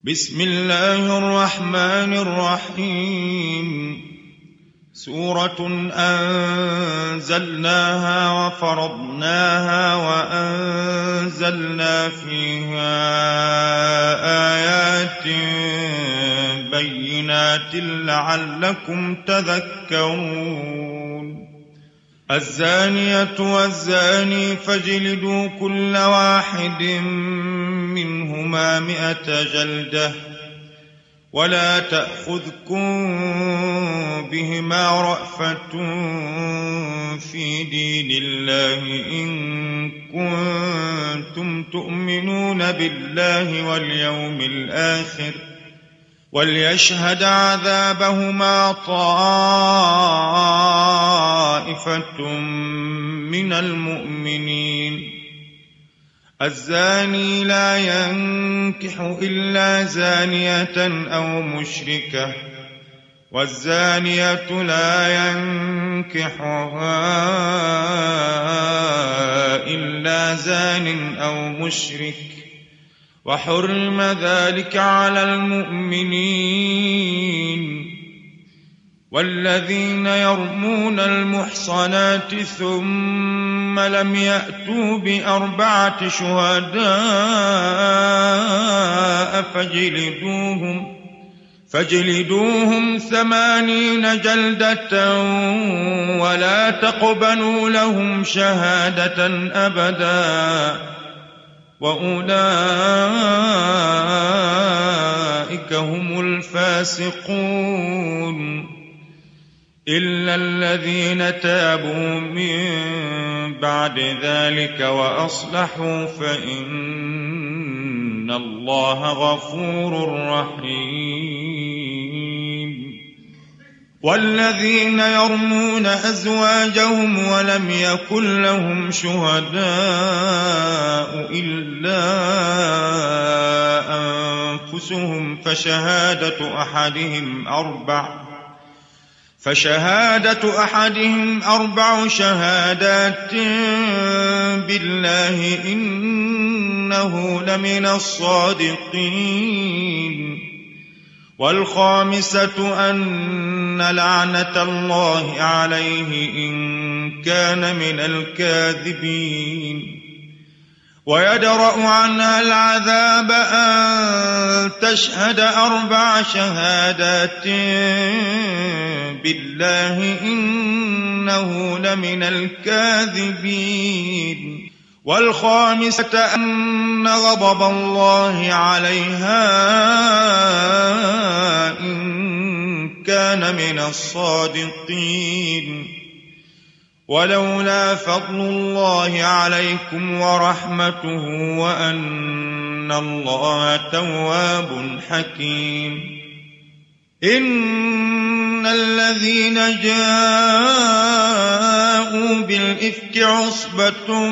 بسم الله الرحمن الرحيم. سورة أنزلناها وفرضناها وأنزلنا فيها آيات بينات لعلكم تذكرون. الزانية والزاني فاجلدوا كل واحد منهما 100 جلدة ولا تأخذكم بهما رأفة في دين الله إن كنتم تؤمنون بالله واليوم الآخر وليشهد عذابهما طائفة من المؤمنين. الزاني لا ينكح إلا زانية أو مشركة والزانية لا ينكحها إلا زان أو مشرك وحرم ذلك على المؤمنين. والذين يرمون المحصنات ثم لم يأتوا ب4 شهداء فاجلدوهم 80 جلدة ولا تقبلوا لهم شهادة أبدا وأولئك هم الفاسقون. إلا الذين تابوا من بعد ذلك وأصلحوا فإن الله غفور رحيم. والذين يرمون أزواجهم ولم يكن لهم شهداء إلا أنفسهم فشهادة أحدهم 4 شهادات بالله إنه لمن الصادقين. والخامسة أن لعنة الله عليه إن كان من الكاذبين. ويدرأ عنها العذاب أن تشهد 4 شهادات بالله إنه لمن الكاذبين. والخامسة أن غضب الله عليها إن كان من الصادقين. ولولا فضل الله عليكم ورحمته وأن الله تواب حكيم. إن الذين جاءوا بالإفك عصبة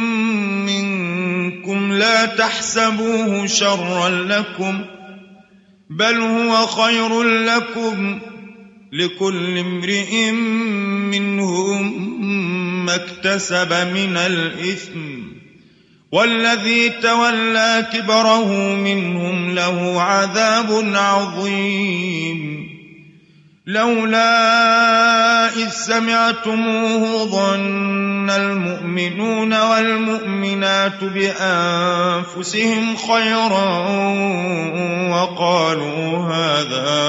منكم لا تحسبوه شرا لكم بل هو خير لكم لكل امرئ منهم ما اكتسب من الإثم والذي تولى كبره منهم له عذاب عظيم. لولا إذ سمعتموه ظن المؤمنون والمؤمنات بأنفسهم خيرا وقالوا هذا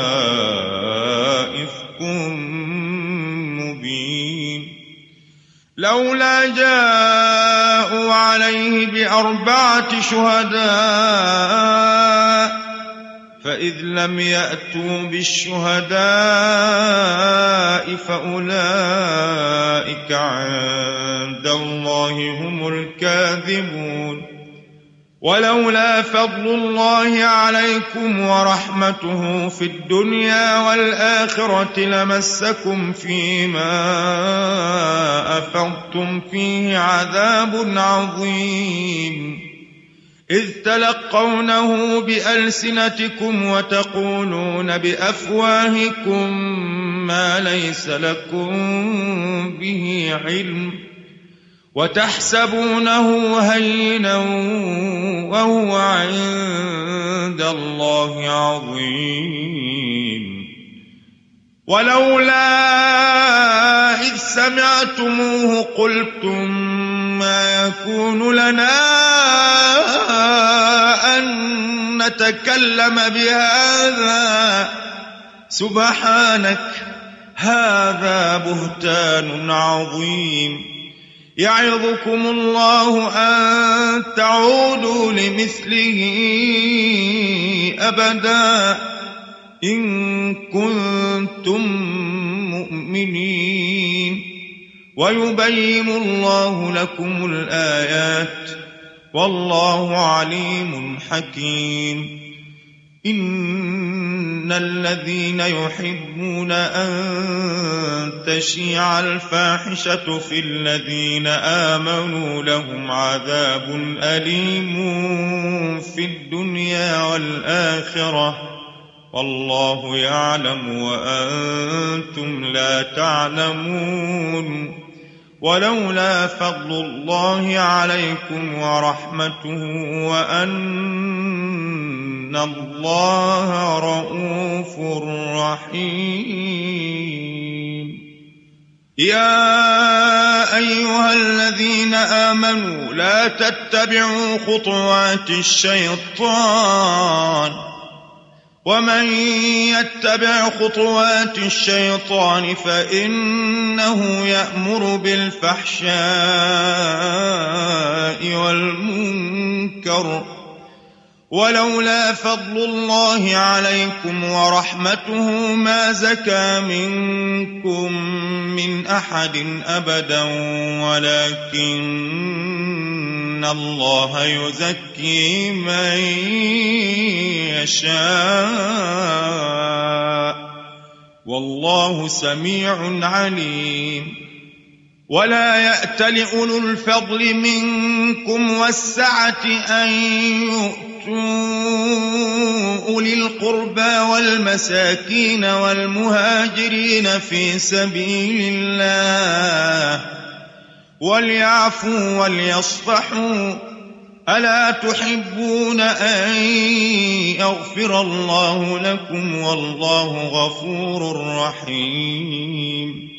إفك مبين. لولا جاءوا عليه ب4 شهداء فإذ لم يأتوا بالشهداء فأولئك عند الله هم الكاذبون. ولولا فضل الله عليكم ورحمته في الدنيا والآخرة لمسكم فيما أفضتم فيه عذاب عظيم. إذ تلقونه بألسنتكم وتقولون بأفواهكم ما ليس لكم به علم وتحسبونه هينا وهو عند عند الله عظيم. ولولا إذ سمعتموه قلتم ما يكون لنا أن نتكلم بهذا سبحانك هذا بهتان عظيم. يعظكم الله أن تعودوا لمثله أبدا إن كنتم مؤمنين. ويبين الله لكم الآيات والله عليم حكيم. إن الذين يحبون أن تشيع الفاحشة في الذين آمنوا لهم عذاب أليم في الدنيا والآخرة والله يعلم وأنتم لا تعلمون. ولولا فضل الله عليكم ورحمته وأن الله رءوف رحيم. يا أيها الذين آمنوا لا تتبعوا خطوات الشيطان ومن يتبع خطوات الشيطان فإنه يأمر بالفحشاء والمنكر. ولولا فضل الله عليكم ورحمته ما زكى منكم من أحد أبدا ولكن الله يزكي من يشاء والله سميع عليم. ولا يأتل أولو الفضل منكم والسعة أن يؤتوا أولي القربى والمساكين والمهاجرين في سبيل الله وليعفوا وليصفحوا ألا تحبون أن يغفر الله لكم والله غفور رحيم.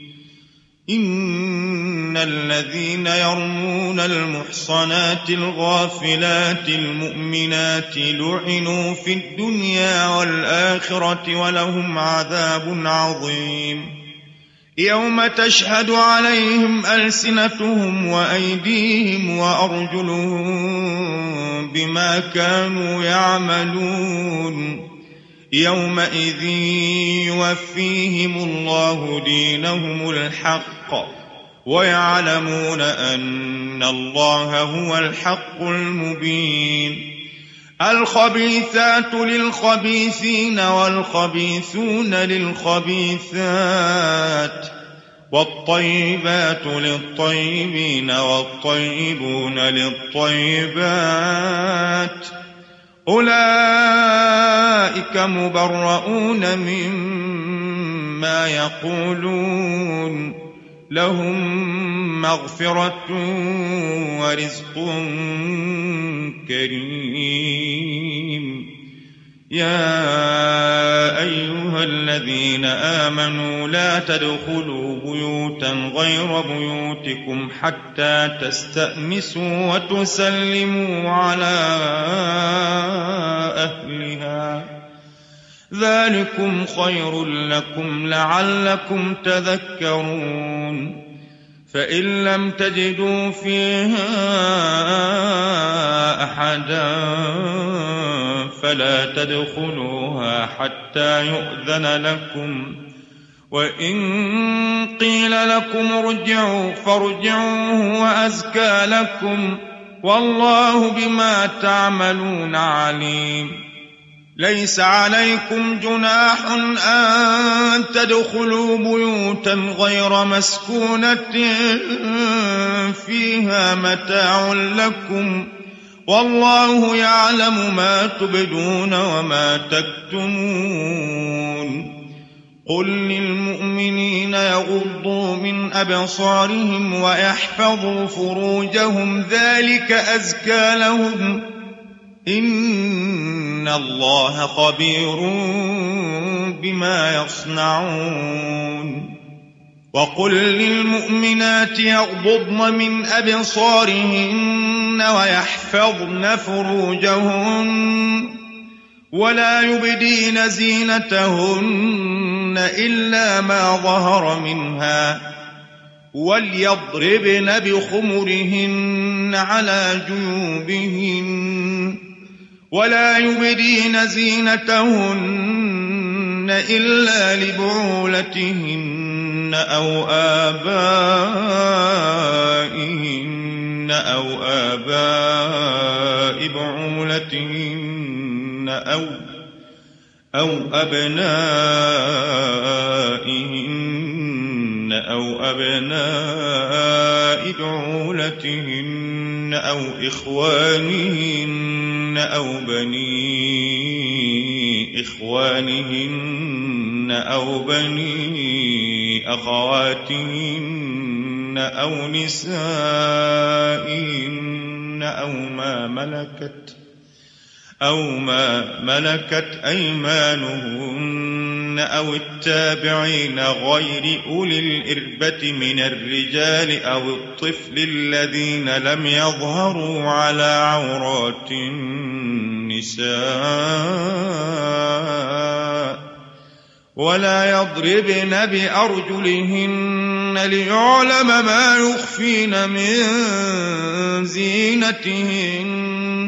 إن الذين يرمون المحصنات الغافلات المؤمنات لعنوا في الدنيا والآخرة ولهم عذاب عظيم. يوم تشهد عليهم ألسنتهم وأيديهم وأرجلهم بما كانوا يعملون. يومئذ يوفيهم الله دينهم الحق ويعلمون أن الله هو الحق المبين. الخبيثات للخبيثين والخبيثون للخبيثات والطيبات للطيبين والطيبون للطيبات أولئك مبرؤون مما يقولون لهم مغفرة ورزق كريم. يا أيها الذين آمنوا لا تدخلوا بيوتا غير بيوتكم حتى تستأنسوا وتسلموا على أهلها ذلكم خير لكم لعلكم تذكرون. فإن لم تجدوا فيها أحدا فلا تدخلوها حتى يؤذن لكم وإن قيل لكم ارجعوا فارجعوا هو أزكى لكم والله بما تعملون عليم. ليس عليكم جناح أن تدخلوا بيوتا غير مسكونة فيها متاع لكم والله يعلم ما تبدون وما تكتمون. قل للمؤمنين يغضوا من أبصارهم ويحفظوا فروجهم ذلك أزكى لهم إن الله خبير بما يصنعون وقل للمؤمنات يغضضن من أبصارهن ويحفظن فروجهن ولا يبدين زينتهن إلا ما ظهر منها وليضربن بخمرهن على جيوبهن ولا يبدين زينتهن إلا لبعولتهن أو آباء بعولتهن أو أبناء بعولتهن أو إخوانهن أو بني إخوانهن أو بني أخواتهن أو نسائهن أو ما ملكت أيمانهن أو التابعين غير أولي الإربة من الرجال أو الطفل الذين لم يظهروا على عورات النساء ولا يضربن بأرجلهن ليعلم ما يخفين من زينتهن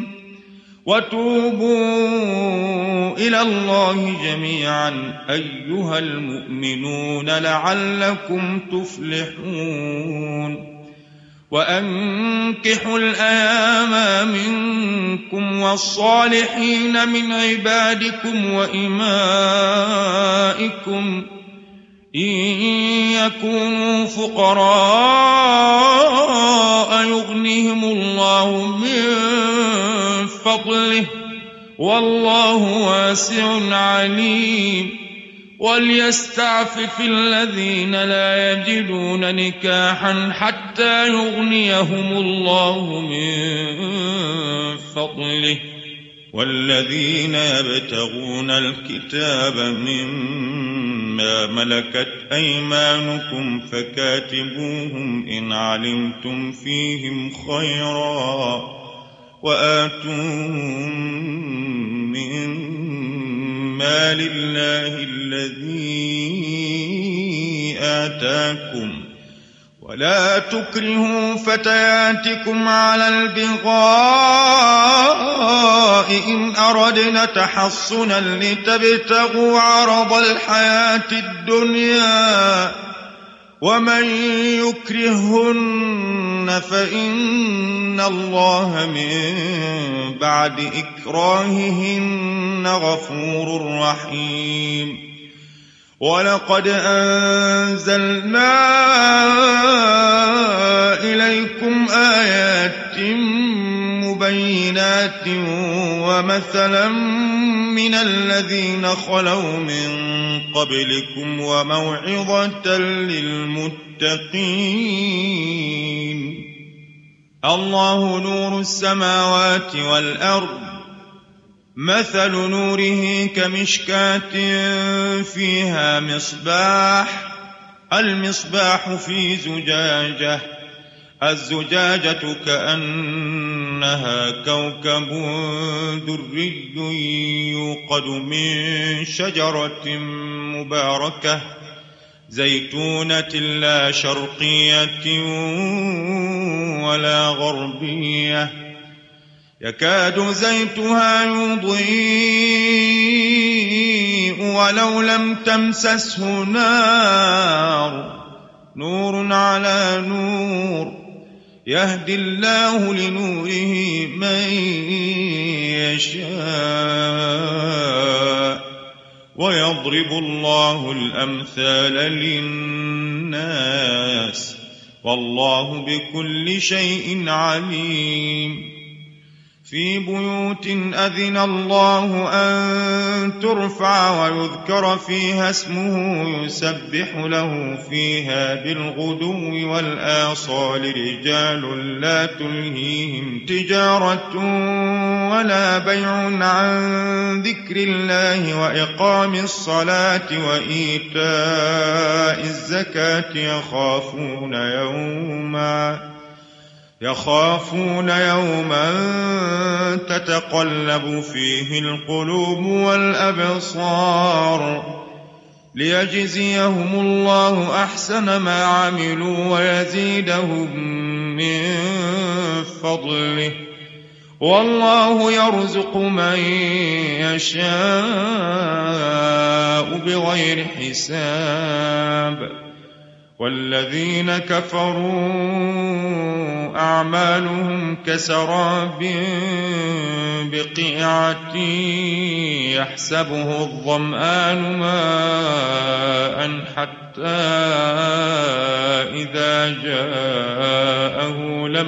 وتوبوا إلى الله جميعا أيها المؤمنون لعلكم تفلحون وأنكحوا الأيام منكم والصالحين من عبادكم وإمائكم إن يكونوا فقراء يغنهم الله من فضله والله واسع عليم وليستعفف الذين لا يجدون نكاحا حتى يغنيهم الله من فضله والذين يبتغون الكتاب مما ملكت أيمانكم فكاتبوهم إن علمتم فيهم خيرا وآتوهم من مال الله الذي آتاكم ولا تكرهوا فتياتكم على البغاء إن أردنا تحصنا لتبتغوا عرض الحياة الدنيا ومن يكرهن فإن الله من بعد إكراههن غفور رحيم ولقد أنزلنا إليكم آيات مبينات ومثلا من الذين خلوا من قبلكم وموعظة للمتقين الله نور السماوات والأرض مثل نوره كمشكاة فيها مصباح المصباح في زجاجة الزجاجة كأنها كوكب دري يوقد من شجرة مباركة زيتونة لا شرقية ولا غربية يكاد زيتها يضيء ولو لم تمسسه نار نور على نور يهدي الله لنوره من يشاء ويضرب الله الأمثال للناس والله بكل شيء عليم في بيوت أذن الله أن ترفع ويذكر فيها اسمه يسبح له فيها بالغدو والآصال رجال لا تلهيهم تجارة ولا بيع عن ذكر الله وإقام الصلاة وإيتاء الزكاة يخافون يوما تتقلب فيه القلوب والأبصار ليجزيهم الله أحسن ما عملوا ويزيدهم من فضله والله يرزق من يشاء بغير حساب والذين كفروا أعمالهم كسراب بقيعة يحسبه الظمآن ماء حتى إذا جاءه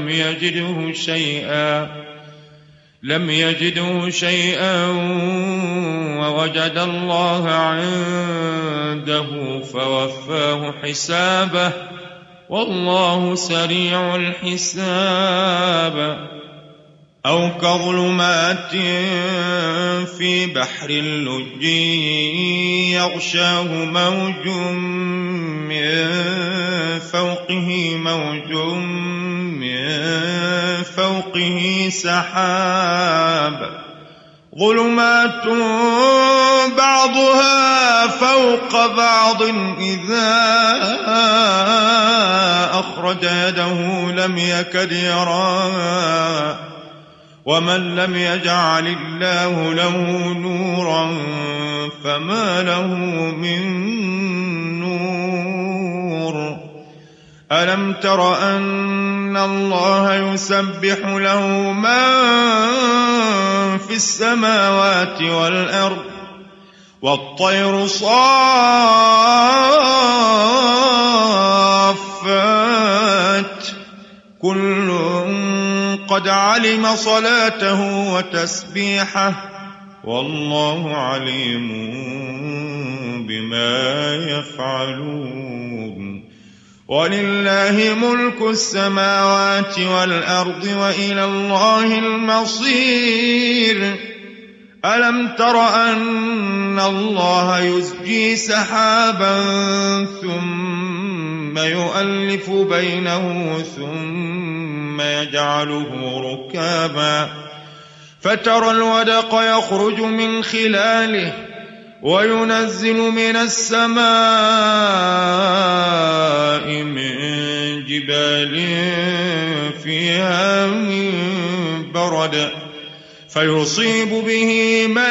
لم يجده شيئا ووجد الله عنده فوفاه حسابه والله سريع الحساب أو كظلمات في بحر لج يغشاه موج من فوقه سحاب ظلمات بعضها فوق بعض إذا أخرج يده لم يكد يراها ومن لم يجعل الله له نورا فما له من نور ألم تر أن الله يسبح له من في السماوات والأرض والطير صافات كل قد علم صلاته وتسبيحه والله عليم بما يفعلون ولله ملك السماوات والأرض وإلى الله المصير ألم تر أن الله يزجي سحابا ثم يؤلف بينه ثم يجعله ركابا فترى الودق يخرج من خلاله وينزل من السماء من جبال فيها من برد فيصيب به من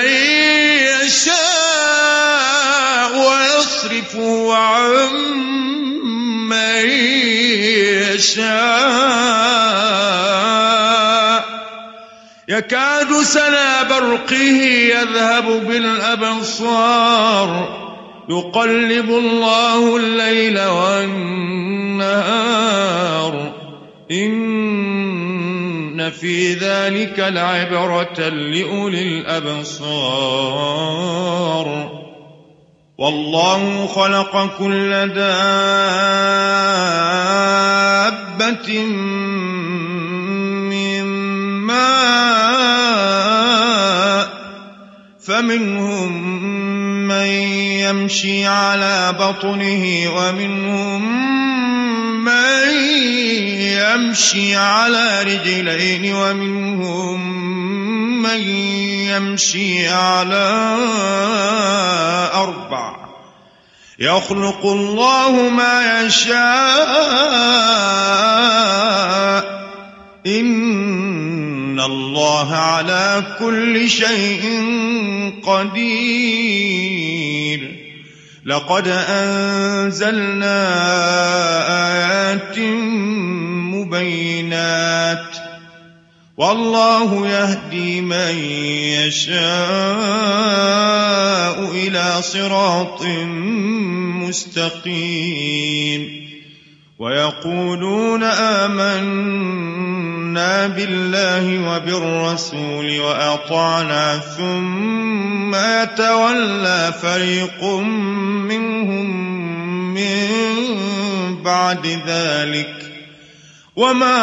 يشاء ويصرفه عن من يشاء يكاد سنا برقه يذهب بالأبصار يقلب الله الليل والنهار إن في ذلك لعبرة لأولي الأبصار والله خلق كل دابة من ماء فمنهم من يمشي على بطنه ومنهم من يمشي على رجلين ومنهم من يمشي على 4 يخلق الله ما يشاء إن الله على كل شيء قدير لقد أنزلنا آيات مبينات والله يهدي من يشاء إلى صراط مستقيم ويقولون آمنا بالله وبالرسول وأطعنا ثم يتولى فريق منهم من بعد ذلك وما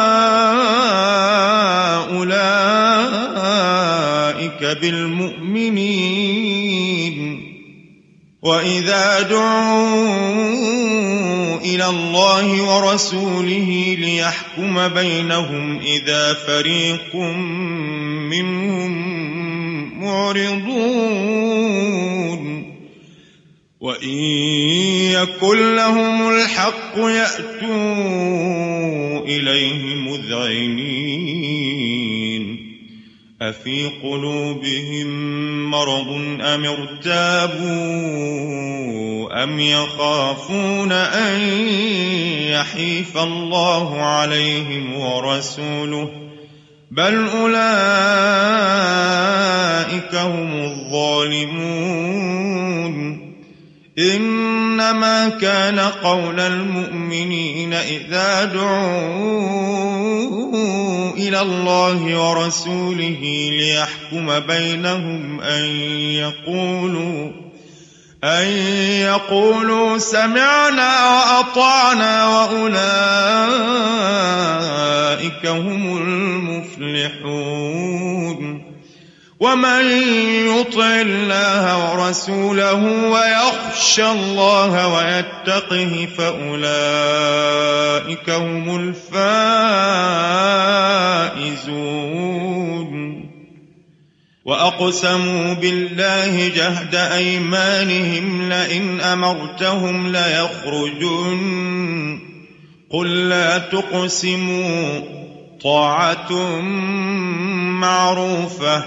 أولئك بالمؤمنين وإذا دعوا إلى الله ورسوله ليحكم بينهم إذا فريق منهم معرضون وإن يكن لهم الحق يأتوا إليه مذعنين أفي قلوبهم مرض أم ارتابوا أم يخافون أن يحيف الله عليهم ورسوله بل أولئك هم الظالمون إنما كان قول المؤمنين إذا دعوا إلى الله ورسوله ليحكم بينهم أن يقولوا سمعنا وأطعنا وأولئك هم المفلحون ومن يطع الله ورسوله ويخشى الله ويتقه فأولئك هم الفائزون وأقسموا بالله جهد أيمانهم لئن أمرتهم ليخرجن قل لا تقسموا طاعة معروفة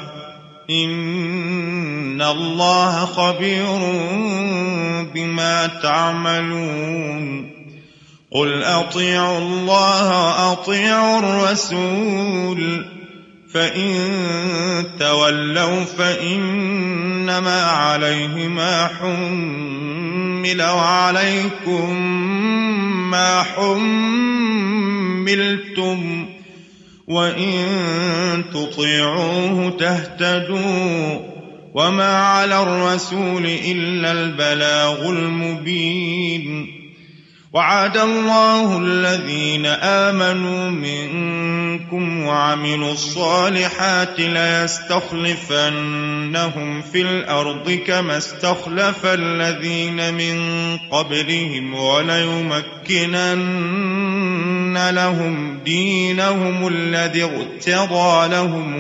إن الله خبير بما تعملون قل أطيعوا الله وأطيعوا الرسول فإن تولوا فإنما عليه ما حمل وعليكم ما حملتم وإن تطيعوه تهتدوا وما على الرسول إلا البلاغ المبين وعد الله الذين آمنوا منكم وعملوا الصالحات ليستخلفنهم في الأرض كما استخلف الذين من قبلهم وليمكنن لهم دينهم الذي ارتضى لهم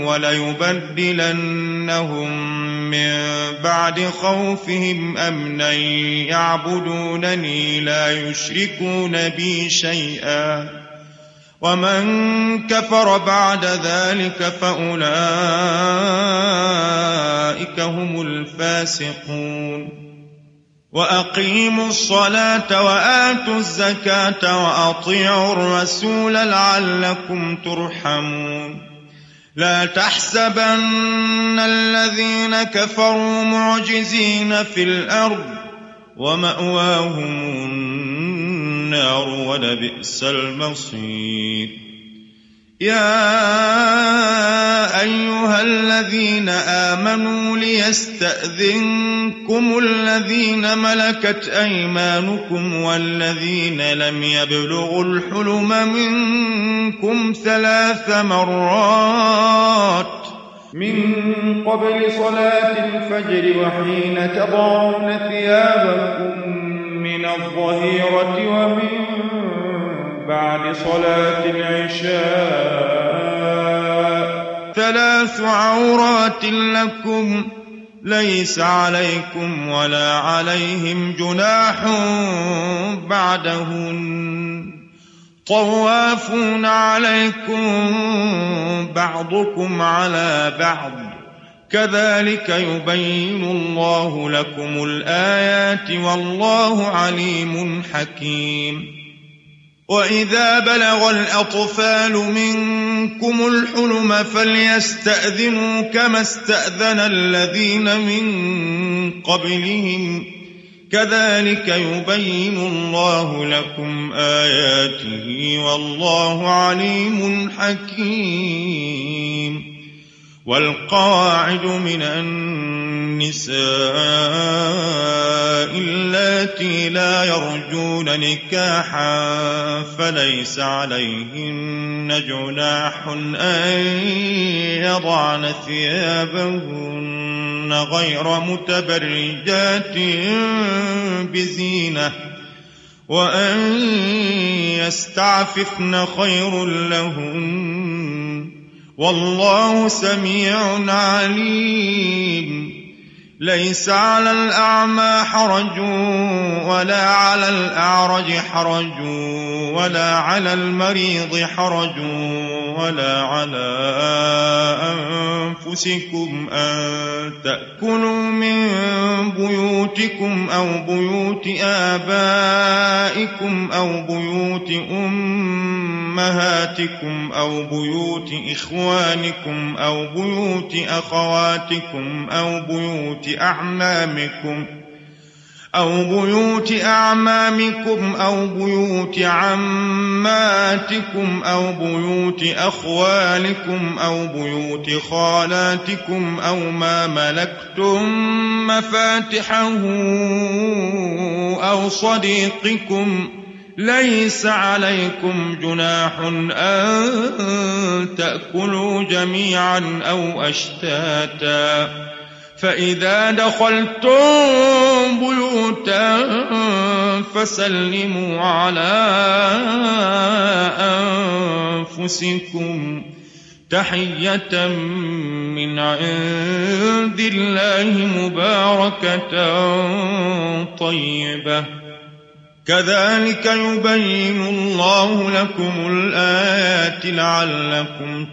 وليبدلنهم من بعد خوفهم أمنا يعبدونني لا يشركون بي شيئا ومن كفر بعد ذلك فأولئك هم الفاسقون وأقيموا الصلاة وآتوا الزكاة وأطيعوا الرسول لعلكم ترحمون لا تحسبن الذين كفروا معجزين في الأرض ومأواهم النار ولبئس المصير يا أيها الذين آمنوا ليستأذنكم الذين ملكت أيمانكم والذين لم يبلغوا الحلم منكم 3 مرات من قبل صلاة الفجر وحين تضعون ثيابكم من الظهيرة ومن بعد صلاة العشاء 3 عورات لكم ليس عليكم ولا عليهم جناح بعدهن طوافون عليكم بعضكم على بعض كذلك يبين الله لكم الآيات والله عليم حكيم وإذا بلغ الأطفال منكم الحلم فليستأذنوا كما استأذن الذين من قبلهم كذلك يبين الله لكم آياته والله عليم حكيم. والقواعد من النساء اللاتي لا يرجون نكاحا فليس عليهن جناح أن يضعن ثيابهن غير متبرجات بزينة وأن يستعففن خير لهن والله سميع عليم. ليس على الأعمى حرج ولا على الأعرج حرج ولا على المريض حرج ولا على أنفسكم أن تأكلوا من بيوتكم أو بيوت آبائكم أو بيوت أمهاتكم أو بيوت إخوانكم أو بيوت أخواتكم أو بيوت أعمامكم أو بيوت عماتكم أو بيوت أخوالكم أو بيوت خالاتكم أو ما ملكتم مفاتحه أو صديقكم. ليس عليكم جناح أن تأكلوا جميعا أو أشتاتا. فإذا دخلتم بيوتا فسلموا على أنفسكم تحية من عند الله مباركة طيبة. كذلك يبين الله لكم الآيات لعلكم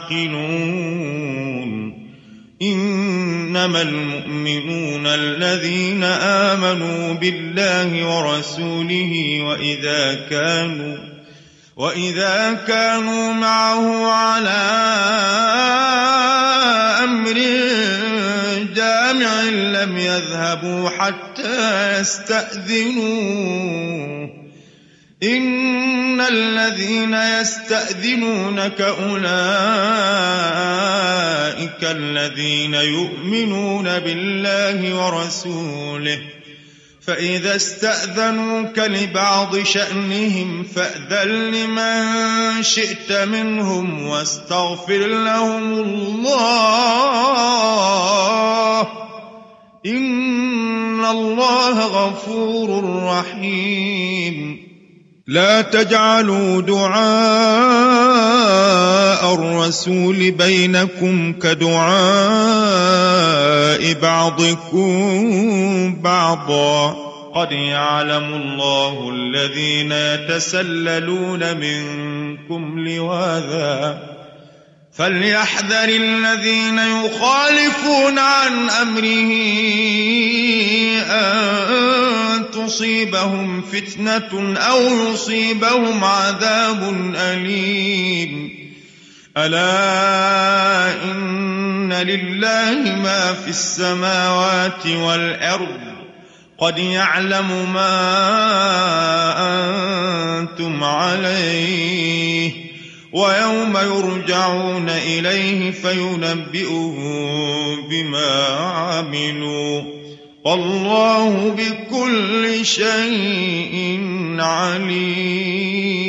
تعقلون. إنما المؤمنون الذين آمنوا بالله ورسوله وإذا كانوا معه على أمر جامع لم يذهبوا حتى يستأذنوه. إن الذين يستأذنونك أولئك الذين يؤمنون بالله ورسوله فإذا استأذنوك لبعض شأنهم فأذن لمن شئت منهم واستغفر لهم الله إن الله غفور رحيم. لا تجعلوا دعاء الرسول بينكم كدعاء بعضكم بعضا قد يعلم الله الذين يتسللون منكم لواذا فليحذر الذين يخالفون عن أمره أن تصيبهم فتنة أو يصيبهم عذاب أليم. ألا إن لله ما في السماوات والأرض قد يعلم ما أنتم عليه ويوم يرجعون إليه فينبئهم بما عملوا والله بكل شيء عليم.